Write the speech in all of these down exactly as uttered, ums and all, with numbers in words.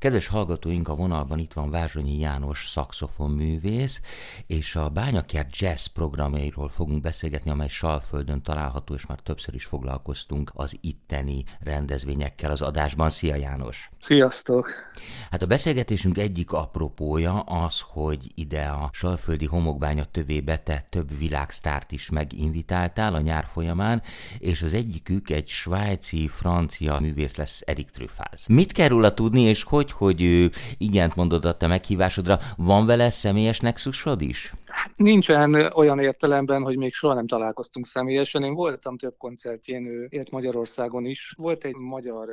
Kedves hallgatóink, a vonalban itt van Vázsonyi János szaxofonművész, és a Bányakert Jazz programjairól fogunk beszélgetni, amely Salföldön található, és már többször is foglalkoztunk az itteni rendezvényekkel az adásban. Szia János! Sziasztok! Hát a beszélgetésünk egyik apropója az, hogy ide a salföldi homokbánya tövébe te több világsztárt is meginvitáltál a nyár folyamán, és az egyikük egy svájci-francia művész lesz, Eric Truffaz. Mit kell róla tudni, és hogy, hogy ő igent mondott a te meghívásodra? Van vele személyes nexusod is? Nincsen olyan értelemben, hogy még soha nem találkoztunk személyesen. Én voltam több koncertjén, ő élt Magyarországon is. Volt egy magyar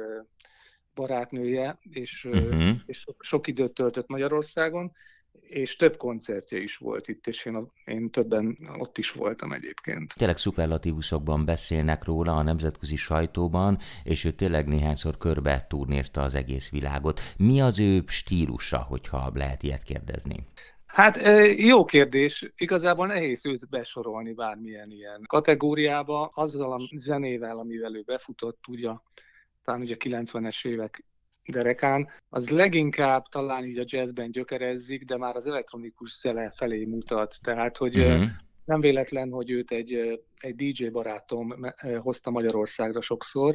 barátnője, és, uh-huh. és sok, sok időt töltött Magyarországon, és több koncertje is volt itt, és én, a, én többen ott is voltam egyébként. Tényleg szuperlatívuszokban beszélnek róla a nemzetközi sajtóban, és ő tényleg néhányszor körbe turnézte az egész világot. Mi az ő stílusa, hogyha lehet ilyet kérdezni? Hát jó kérdés. Igazából nehéz őt besorolni bármilyen ilyen kategóriába. Azzal a zenével, amivel ő befutott, ugye, talán ugye a kilencvenes évek derekán, az leginkább talán így a jazzben gyökerezzik, de már az elektronikus zene felé mutat. Tehát, hogy uh-huh. nem véletlen, hogy őt egy, egy dé dzsé barátom hozta Magyarországra sokszor,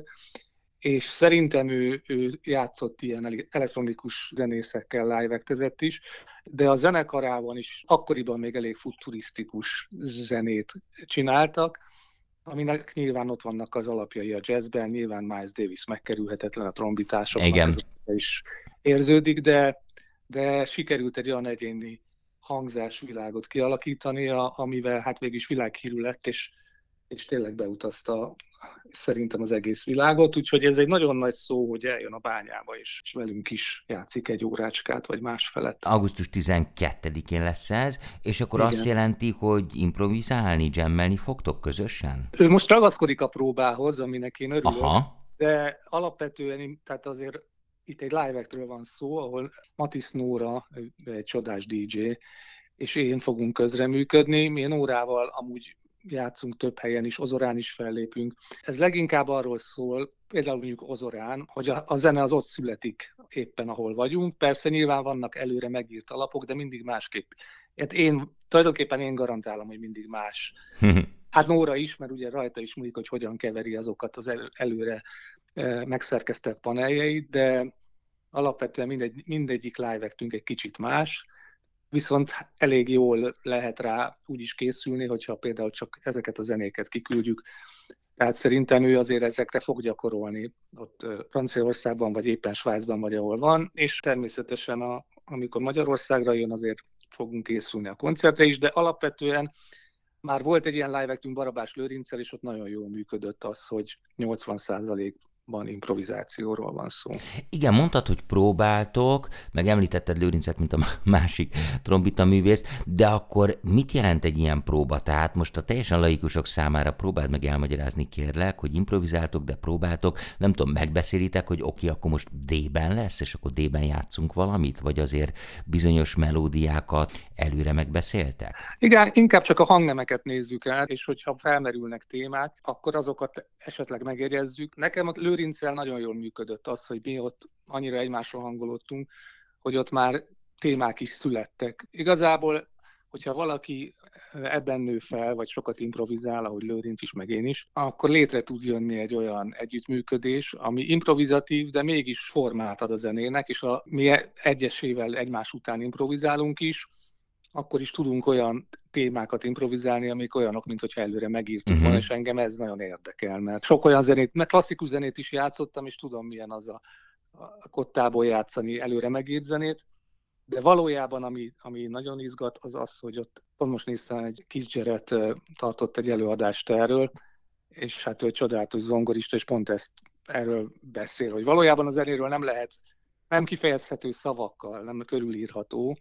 és szerintem ő, ő játszott ilyen elektronikus zenészekkel, live-ektezett is, de a zenekarában is akkoriban még elég futurisztikus zenét csináltak, aminek nyilván ott vannak az alapjai a jazzben, nyilván Miles Davis megkerülhetetlen, a trombitásoknak ez is érződik, de, de sikerült egy olyan egyéni hangzásvilágot kialakítani, amivel hát végig is világhírű lett, és, és tényleg beutazta szerintem az egész világot, úgyhogy ez egy nagyon nagy szó, hogy eljön a Bányába, és, és velünk is játszik egy órácskát, vagy más felett. augusztus tizenkettedikén lesz ez, és akkor igen. Azt jelenti, hogy improvizálni, jammelni fogtok közösen? Ő most ragaszkodik a próbához, aminek én örülök, Aha. De alapvetően, tehát azért itt egy live-ektről van szó, ahol Matisz Nóra, egy csodás dé dzsé, és én fogunk közreműködni. Mi Nórával amúgy játszunk több helyen is, Ozorán is fellépünk. Ez leginkább arról szól, például mondjuk Ozorán, hogy a, a zene az ott születik éppen, ahol vagyunk. Persze nyilván vannak előre megírt alapok, de mindig másképp. Hát én, tulajdonképpen én garantálom, hogy mindig más. Hát Nóra is, mert ugye rajta is múlik, hogy hogyan keveri azokat az elő, előre e, megszerkesztett paneljeit, de alapvetően mindegy, mindegyik live-ektünk egy kicsit más, viszont elég jól lehet rá úgy is készülni, hogyha például csak ezeket a zenéket kiküldjük. Tehát szerintem ő azért ezekre fog gyakorolni ott Franciaországban, vagy éppen Svájcban, vagy ahol van, és természetesen a, amikor Magyarországra jön, azért fogunk készülni a koncertre is, de alapvetően már volt egy ilyen live-ektünk Barabás Lőrinccel, és ott nagyon jól működött az, hogy nyolcvan százalékban improvizációról van szó. Igen, mondtad, hogy próbáltok, meg említetted Lőrincet, mint a másik trombita művész, de akkor mit jelent egy ilyen próba? Tehát most a teljesen laikusok számára próbáld meg elmagyarázni, kérlek, hogy improvizáltok, de próbáltok, nem tudom, megbeszélitek, hogy oké, akkor most D-ben lesz, és akkor D-ben játszunk valamit, vagy azért bizonyos melódiákat előre megbeszéltek? Igen, inkább csak a hangnemeket nézzük át, és hogyha felmerülnek témák, akkor azokat esetleg megjegyezzük. Nekem a Lőrinccel nagyon jól működött az, hogy mi ott annyira egymásról hangolódtunk, hogy ott már témák is születtek. Igazából, hogyha valaki ebben nő fel, vagy sokat improvizál, ahogy Lőrinc is, meg én is, akkor létre tud jönni egy olyan együttműködés, ami improvizatív, de mégis formát ad a zenének, és a, mi egyesével egymás után improvizálunk is, akkor is tudunk olyan témákat improvizálni, amik olyanok, mint hogyha előre megírtuk uh-huh. volna, és engem ez nagyon érdekel, mert sok olyan zenét, mert klasszikus zenét is játszottam, és tudom, milyen az a, a kottából játszani előre megírt zenét, de valójában, ami, ami nagyon izgat, az az, hogy ott pont most néztem, egy Kisgyeret tartott egy előadást erről, és hát ő csodálatos zongorista, és pont ezt erről beszél, hogy valójában a zenéről nem lehet, nem kifejezhető szavakkal, nem körülírható,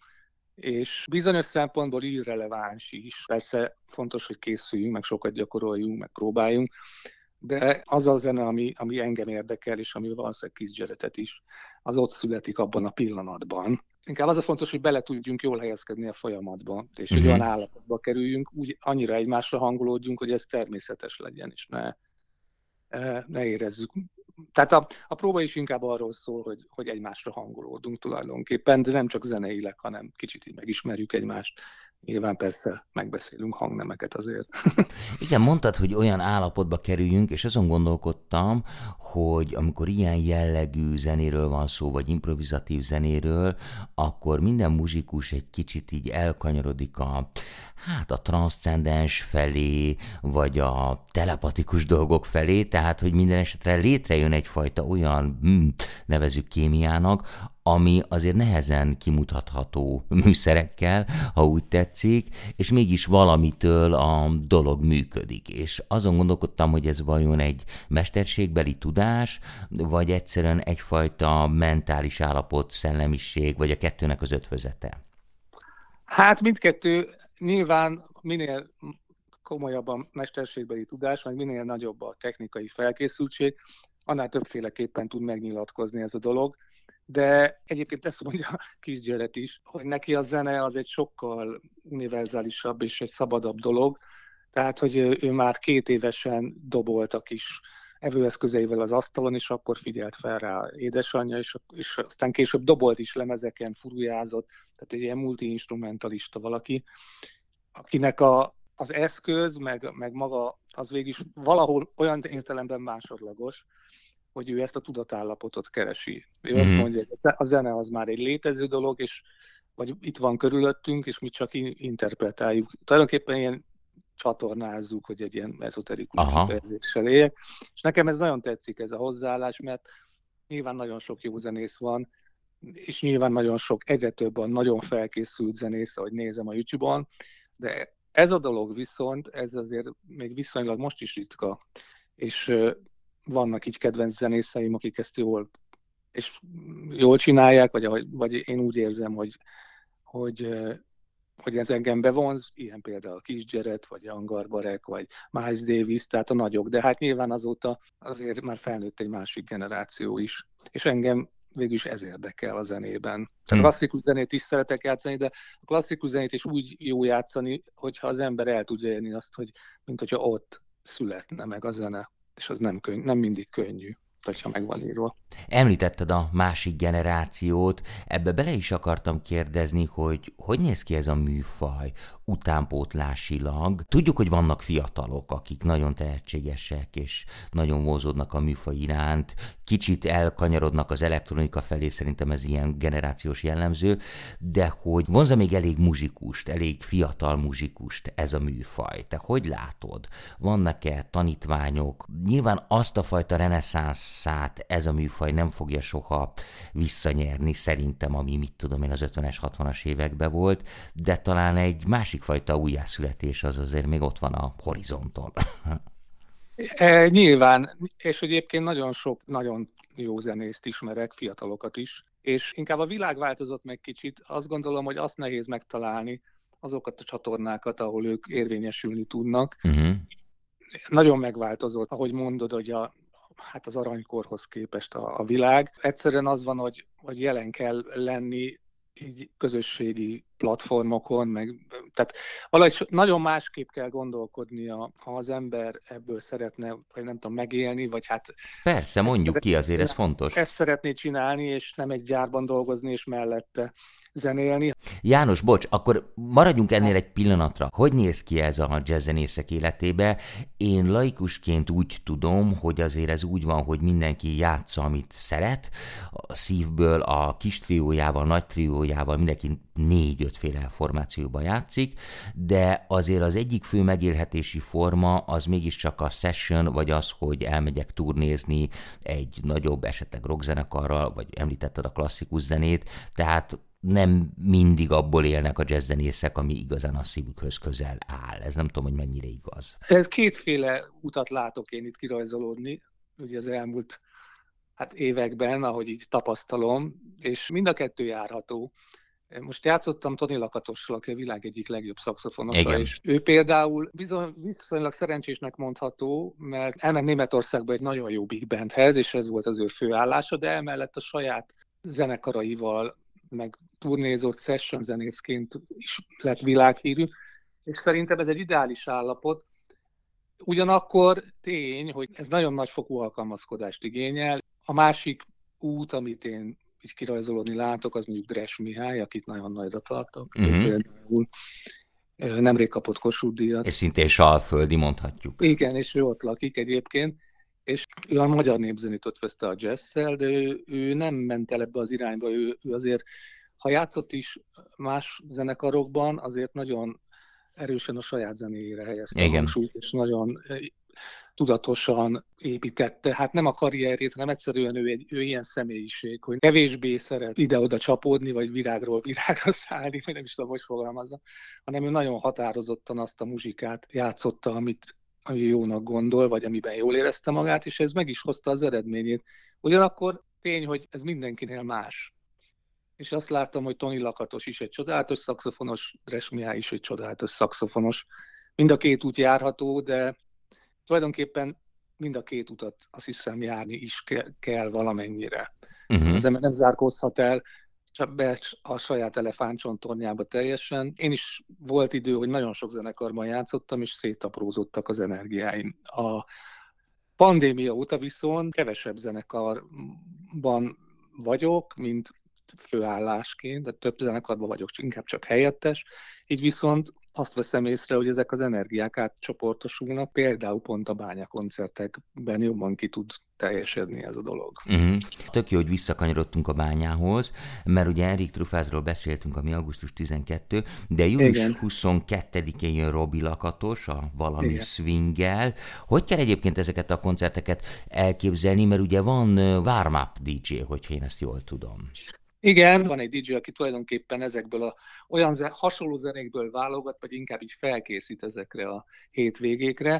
és bizonyos szempontból irreleváns is. Persze fontos, hogy készüljünk, meg sokat gyakoroljunk, meg próbáljunk, de az a zene, ami, ami engem érdekel, és ami valószínűleg Kisgyeretet is, az ott születik abban a pillanatban. Inkább az a fontos, hogy bele tudjunk jól helyezkedni a folyamatba, és uh-huh. egy olyan állapotba kerüljünk, úgy annyira egymásra hangolódjunk, hogy ez természetes legyen, és ne, ne érezzük Tehát a, a próba is inkább arról szól, hogy, hogy egymásra hangolódunk tulajdonképpen, de nem csak zeneileg, hanem kicsit így megismerjük egymást. Nyilván persze megbeszélünk hangnemeket azért. Igen, mondtad, hogy olyan állapotba kerüljünk, és azon gondolkodtam, hogy amikor ilyen jellegű zenéről van szó, vagy improvizatív zenéről, akkor minden muzsikus egy kicsit így elkanyarodik a, hát a transzcendens felé, vagy a telepatikus dolgok felé, tehát, hogy minden esetre létrejön egyfajta olyan, hm, nevezzük kémiának, ami azért nehezen kimutatható műszerekkel, ha úgy tetszik, és mégis valamitől a dolog működik. És azon gondolkodtam, hogy ez vajon egy mesterségbeli tudás, vagy egyszerűen egyfajta mentális állapot, szellemiség, vagy a kettőnek az ötvözete? Hát mindkettő, nyilván minél komolyabb a mesterségbeli tudás, vagy minél nagyobb a technikai felkészültség, annál többféleképpen tud megnyilatkozni ez a dolog. De egyébként ezt mondja Kisgyörgy is, hogy neki a zene az egy sokkal univerzálisabb és egy szabadabb dolog. Tehát, hogy ő már két évesen dobolt a kis evőeszközeivel az asztalon, és akkor figyelt fel rá édesanyja, és, és aztán később dobolt is lemezeken, furujázott, tehát egy ilyen multi-instrumentalista valaki, akinek a, az eszköz, meg, meg maga az végig is valahol olyan értelemben másodlagos, hogy ő ezt a tudatállapotot keresi. Ő mm-hmm. azt mondja, hogy a zene az már egy létező dolog, és vagy itt van körülöttünk, és mi csak interpretáljuk. Tulajdonképpen ilyen csatornázzuk, hogy egy ilyen ezoterikus kifejezéssel éljek. És nekem ez nagyon tetszik, ez a hozzáállás, mert nyilván nagyon sok jó zenész van, és nyilván nagyon sok, egyre több a nagyon felkészült zenész, ahogy nézem a YouTube-on, de ez a dolog viszont, ez azért még viszonylag most is ritka, és vannak így kedvenc zenészeim, akik ezt jól, és jól csinálják, vagy, vagy én úgy érzem, hogy, hogy, hogy ez engem bevonz, ilyen például Kisgyörgy, vagy Angar Barek, vagy Miles Davis, tehát a nagyok, de hát nyilván azóta azért már felnőtt egy másik generáció is, és engem végül is ez érdekel a zenében. Tehát klasszikus zenét is szeretek játszani, de a klasszikus zenét is úgy jó játszani, hogyha az ember el tudja érni azt, hogy mint hogyha ott születne meg a zene. És az nem, könny- nem mindig könnyű, hogyha meg van írva. Említetted a másik generációt, ebbe bele is akartam kérdezni, hogy hogy néz ki ez a műfaj utánpótlásilag. Tudjuk, hogy vannak fiatalok, akik nagyon tehetségesek, és nagyon vonzódnak a műfaj iránt, kicsit elkanyarodnak az elektronika felé, szerintem ez ilyen generációs jellemző, de hogy vonza még elég muzsikust, elég fiatal muzsikust ez a műfaj. Te hogy látod? Vannak-e tanítványok? Nyilván azt a fajta reneszánszát ez a műfaj nem fogja soha visszanyerni, szerintem, ami mit tudom én az ötvenes, hatvanas években volt, de talán egy másik fajta újjászületés az azért még ott van a horizonton. E, nyilván, és egyébként nagyon sok, nagyon jó zenészt ismerek, fiatalokat is, és inkább a világ változott meg kicsit, azt gondolom, hogy azt nehéz megtalálni, azokat a csatornákat, ahol ők érvényesülni tudnak. Uh-huh. Nagyon megváltozott, ahogy mondod, hogy a hát az aranykorhoz képest a, a világ. Egyszerűen az van, hogy, hogy jelen kell lenni így közösségi platformokon, meg, tehát valahogy nagyon másképp kell gondolkodnia, ha az ember ebből szeretne, vagy nem tudom, megélni, vagy hát... Persze, mondjuk ki, azért ez fontos. Ezt szeretné csinálni, és nem egy gyárban dolgozni, és mellette zenélni. János, bocs, akkor maradjunk ennél egy pillanatra. Hogy néz ki ez a jazzzenészek életébe? Én laikusként úgy tudom, hogy azért ez úgy van, hogy mindenki játsza, amit szeret, a szívből, a kis triójával, nagy triójával, mindenki négy-ötféle formációban játszik, de azért az egyik fő megélhetési forma az mégiscsak a session, vagy az, hogy elmegyek turnézni egy nagyobb, esetleg rockzenekarral, vagy említetted a klasszikus zenét, tehát nem mindig abból élnek a jazzzenészek, ami igazán a szívükhöz közel áll. Ez nem tudom, hogy mennyire igaz. Ez kétféle utat látok én itt kirajzolódni, ugye az elmúlt hát években, ahogy így tapasztalom, és mind a kettő járható. Most játszottam Toni Lakatossal, aki a világ egyik legjobb szaxofonosa, és ő például bizony, viszonylag szerencsésnek mondható, mert elment Németországba egy nagyon jó big bandhez, és ez volt az ő főállása, de emellett a saját zenekaraival, meg turnézott session zenészként is lett világhírű, és szerintem ez egy ideális állapot. Ugyanakkor tény, hogy ez nagyon nagyfokú alkalmazkodást igényel. A másik út, amit én így kirajzolódni látok, az mondjuk Dres Mihály, akit nagyon nagyra tartok. Uh-huh. Például nemrég kapott Kossuth-díjat. És szintén salföldi, mondhatjuk. Igen, és ő ott lakik egyébként, és ő a magyar népzenét ötvözte a jazz-szel, de ő, ő nem ment el ebbe az irányba, ő, ő azért, ha játszott is más zenekarokban, azért nagyon erősen a saját zenéjére helyezte a hangsúlyt, és nagyon tudatosan építette. Hát nem a karrierjét, hanem egyszerűen ő, egy, ő ilyen személyiség, hogy kevésbé szeret ide-oda csapódni, vagy virágról virágra szállni, vagy nem is tudom, hogy fogalmazza, hanem ő nagyon határozottan azt a muzsikát játszotta, amit ami jónak gondol, vagy amiben jól érezte magát, és ez meg is hozta az eredményét. Ugyanakkor tény, hogy ez mindenkinél más. És azt láttam, hogy Toni Lakatos is egy csodálatos szaxofonos, Dres Mihály is egy csodálatos szaxofonos. Mind a két út járható, de tulajdonképpen mind a két utat azt hiszem járni is ke- kell valamennyire. Uh-huh. Az ember nem zárkózhat el csak be a saját elefántcsontornyába teljesen. Én is volt idő, hogy nagyon sok zenekarban játszottam, és szétaprózottak az energiáim. A pandémia óta viszont kevesebb zenekarban vagyok, mint főállásként, de több zenekarban vagyok, inkább csak helyettes, így viszont azt veszem észre, hogy ezek az energiák átcsoportosulnak, például pont a bányakoncertekben jobban ki tud teljesedni ez a dolog. Uh-huh. Tök jó, hogy visszakanyarodtunk a bányához, mert ugye Enric Truffazról beszéltünk, ami augusztus tizenkettő, de július huszonkettedikén jön Robi Lakatos, a Valami Igen. Swinggel. Hogy kell egyébként ezeket a koncerteket elképzelni, mert ugye van warm-up dé dzsé, hogyha én ezt jól tudom. Igen, van egy dé dzsé, aki tulajdonképpen ezekből a olyan zen- hasonló zenékből válogat, vagy inkább így felkészít ezekre a hétvégékre,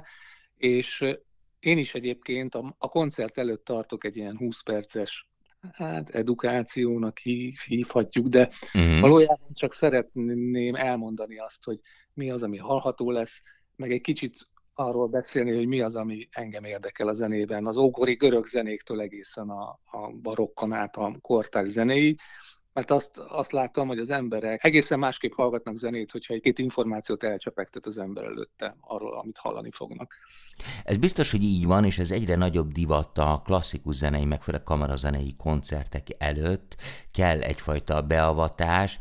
és én is egyébként a, a koncert előtt tartok egy ilyen húsz perces hát edukációnak hív, hívhatjuk, de uh-huh. valójában csak szeretném elmondani azt, hogy mi az, ami hallható lesz, meg egy kicsit arról beszélni, hogy mi az, ami engem érdekel a zenében, az ókori görög zenéktől egészen a, a barokkon át a kortárs zenéig, mert azt, azt láttam, hogy az emberek egészen másképp hallgatnak zenét, hogyha egy-két információt elcsepegtet az ember előtte arról, amit hallani fognak. Ez biztos, hogy így van, és ez egyre nagyobb divat a klasszikus zenei, meg főleg kamarazenei koncertek előtt. Kell egyfajta beavatás,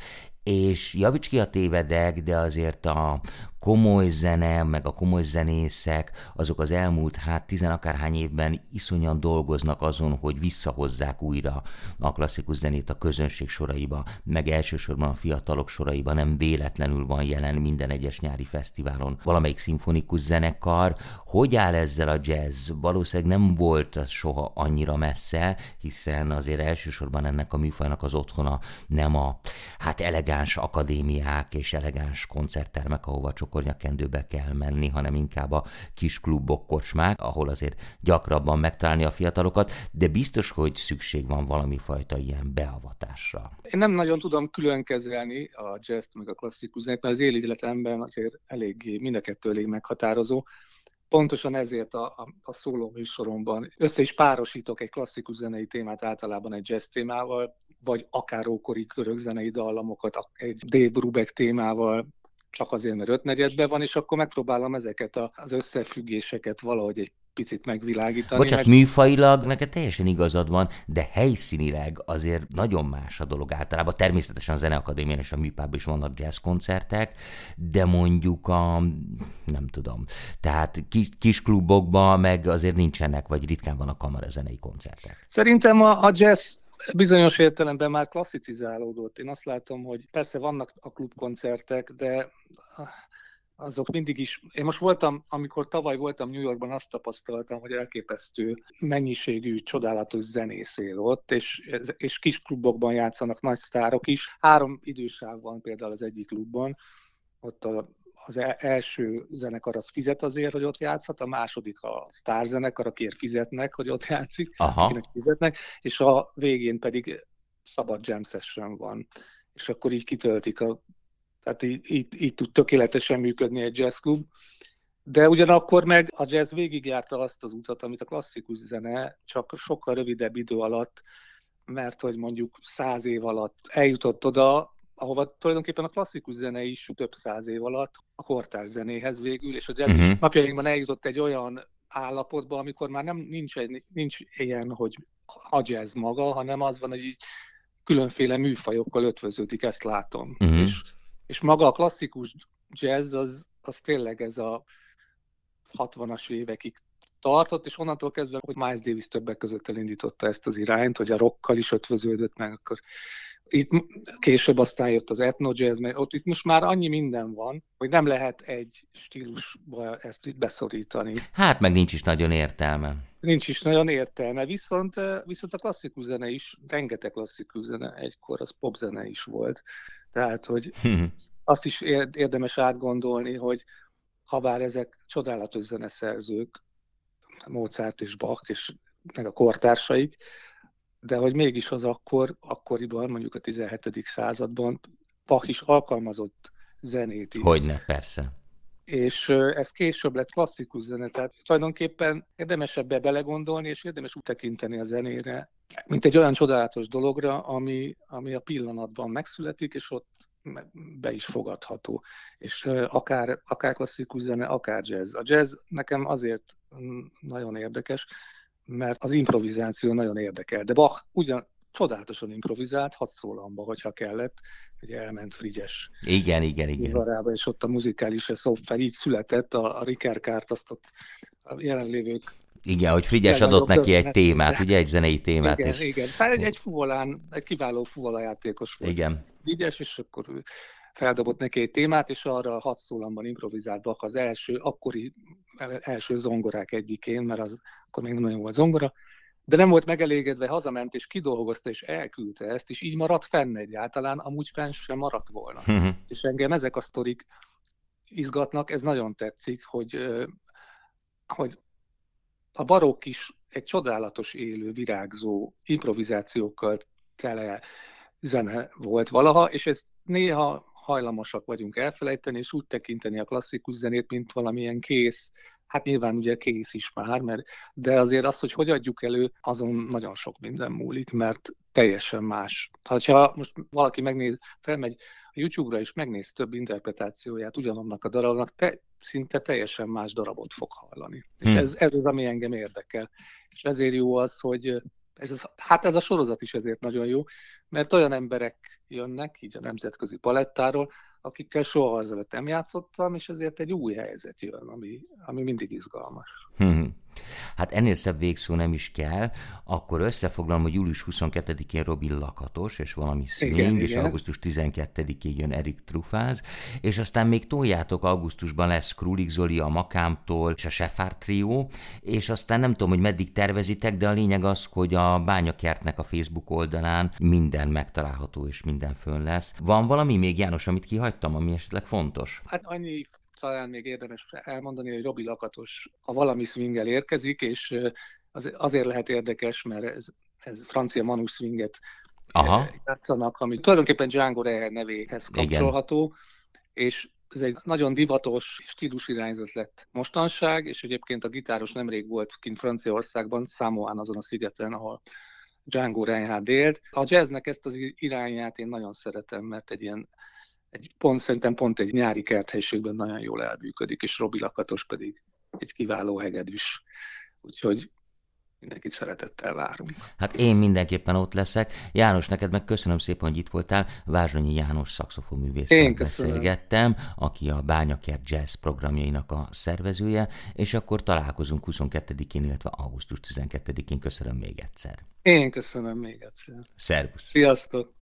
és javíts ki, a tévedek, de azért a komoly zene, meg a komoly zenészek, azok az elmúlt hát tizenakárhány évben iszonyan dolgoznak azon, hogy visszahozzák újra a klasszikus zenét a közönség soraiba, meg elsősorban a fiatalok soraiba. Nem véletlenül van jelen minden egyes nyári fesztiválon valamelyik szimfonikus zenekar. Hogy áll ezzel a jazz? Valószínűleg nem volt az soha annyira messze, hiszen azért elsősorban ennek a műfajnak az otthona nem a hát elegáns akadémiák és elegáns koncerttermek, ahova csokornyakendőbe kell menni, hanem inkább a kis klubok, kocsmák, ahol azért gyakrabban megtalálni a fiatalokat, de biztos, hogy szükség van valami fajta ilyen beavatásra. Én nem nagyon tudom külön kezelni a jazzt meg a klasszikus zenét, mert az életemben azért eléggé, mind a kettő elég meghatározó. Pontosan ezért a, a, a szóló műsoromban össze is párosítok egy klasszikus zenei témát általában egy jazz témával, vagy akár ókori görög zenei dallamokat egy Dave Brubeck témával, csak azért, mert ötnegyedben van, és akkor megpróbálom ezeket az összefüggéseket valahogy egy picit megvilágítani. Bocsánat, meg... műfajilag neked teljesen igazad van, de helyszínileg azért nagyon más a dolog általában. Természetesen a Zeneakadémián és a Műpában is vannak jazzkoncertek, de mondjuk a, nem tudom, tehát kis, kis klubokban meg azért nincsenek, vagy ritkán vannak kamarazenei koncertek. Szerintem a, a jazz bizonyos értelemben már klasszicizálódott. Én azt látom, hogy persze vannak a klubkoncertek, de azok mindig is... Én most voltam, amikor tavaly voltam New Yorkban, azt tapasztaltam, hogy elképesztő mennyiségű, csodálatos zenész él ott, és, és kis klubokban játszanak nagy sztárok is. Három idősáv van például az egyik klubban, ott a az első zenekar az fizet azért, hogy ott játszhat, a második a sztárzenekar, akiért fizetnek, hogy ott játszik, Aha. akinek fizetnek, és a végén pedig szabad jam session van. És akkor így kitöltik, a, tehát így, így, így tud tökéletesen működni egy jazzklub. De ugyanakkor meg a jazz végigjárta azt az utat, amit a klasszikus zene csak sokkal rövidebb idő alatt, mert hogy mondjuk száz év alatt eljutott oda, ahova tulajdonképpen a klasszikus zene is több száz év alatt a kortárs zenéhez végül, és a jazz Uh-huh. is napjainkban eljutott egy olyan állapotba, amikor már nem nincs, egy, nincs ilyen, hogy a jazz maga, hanem az van, hogy így különféle műfajokkal ötvöződik, ezt látom. Uh-huh. És, és maga a klasszikus jazz az, az tényleg ez a hatvanas évekig tartott, és onnantól kezdve, hogy Miles Davis többek között elindította ezt az irányt, hogy a rockkal is ötvöződött meg, akkor itt később aztán jött az ethno jazz, mert ott itt most már annyi minden van, hogy nem lehet egy stílusba ezt itt beszorítani. Hát meg nincs is nagyon értelme. Nincs is nagyon értelme, viszont, viszont a klasszikus zene is, rengeteg klasszikus zene egykor, az popzene is volt. Tehát, hogy azt is érdemes átgondolni, hogy habár ezek csodálatos zeneszerzők, Mozart és Bach, és meg a kortársaik, de hogy mégis az akkor, akkoriban, mondjuk a tizenhetedik században Bach is alkalmazott zenét. Hogyne, persze. És ez később lett klasszikus zene, tehát tulajdonképpen érdemes ebbe belegondolni, és érdemes úgy tekinteni a zenére, mint egy olyan csodálatos dologra, ami, ami a pillanatban megszületik, és ott be is fogadható. És akár, akár klasszikus zene, akár jazz. A jazz nekem azért nagyon érdekes, mert az improvizáció nagyon érdekel. De Bach ugyan csodálatosan improvizált, hat szólamba, hogyha kellett, hogy elment Frigyes. Igen, igen, igen. Udvarába, és ott a muzikális szoftver így született, a, a Rikerkárt azt ott a jelenlévők. Igen, hogy Frigyes adott neki egy témát, ugye egy zenei témát. Igen, és... igen. Hát egy, egy fuvolán, egy kiváló fuvola-játékos volt. Igen. Frigyes, és akkor ő feldobott neki egy témát, és arra hat szólamban improvizált Bach az első, akkori első zongorák egyikén, mert az, akkor még nem nagyon volt zongora, de nem volt megelégedve, hazament, és kidolgozta, és elküldte ezt, és így maradt fenn egyáltalán, amúgy fenn sem maradt volna. Uh-huh. És engem ezek a sztorik izgatnak, ez nagyon tetszik, hogy, hogy a barokk is egy csodálatos, élő, virágzó, improvizációkkal tele zene volt valaha, és ezt néha hajlamosak vagyunk elfelejteni, és úgy tekinteni a klasszikus zenét, mint valamilyen kész, hát nyilván ugye kész is már, mert, de azért az, hogy hogy adjuk elő, azon nagyon sok minden múlik, mert teljesen más. Ha most valaki megnéz, felmegy a YouTube-ra és megnéz több interpretációját ugyanannak a darabnak, te, szinte teljesen más darabot fog hallani. Hmm. És ez, ez az, ami engem érdekel. És ezért jó az, hogy ez az, hát ez a sorozat is ezért nagyon jó, mert olyan emberek jönnek, így a nemzetközi palettáról, akikkel soha azelőtt nem játszottam, és ezért egy új helyzet jön, ami, ami mindig izgalmas. Hmm. Hát ennél szebb végszó nem is kell, akkor összefoglalom, hogy július huszonkettedikén Robin Lakatos, és valami swing, igen, és igen. augusztus tizenkettedikén jön Erik Truffaz, és aztán még toljátok, augusztusban lesz Krulik Zoli a Makámtól, és a Sefár trió, és aztán nem tudom, hogy meddig tervezitek, de a lényeg az, hogy a Bányakertnek a Facebook oldalán minden megtalálható, és minden fönn lesz. Van valami még, János, amit kihagytam, ami esetleg fontos? Hát annyi talán még érdemes elmondani, hogy Robi Lakatos a Valami Swinggel érkezik, és az, azért lehet érdekes, mert ez, ez francia manus swinget Aha. játszanak, ami tulajdonképpen Django Reinhardt nevéhez kapcsolható, igen. És ez egy nagyon divatos stílusirányzat lett mostanság, és egyébként a gitáros nemrég volt kint Franciaországban, Samoán azon a szigeten, ahol Django Reinhardt élt. A jazznek ezt az irányát én nagyon szeretem, mert egy ilyen Egy pont, szerintem pont egy nyári kerthelyiségben nagyon jól elműködik, és Robi Lakatos pedig egy kiváló hegedűs. Úgyhogy mindenkit szeretettel várunk. Hát én mindenképpen ott leszek. János, neked meg köszönöm szépen, hogy itt voltál. Vázsonyi János szaxofonművésszel beszélgettem, aki a Bányakert Jazz programjainak a szervezője, és akkor találkozunk huszonkettedikén, illetve augusztus tizenkettedikén. Köszönöm még egyszer. Én köszönöm még egyszer. Szervusz. Sziasztok.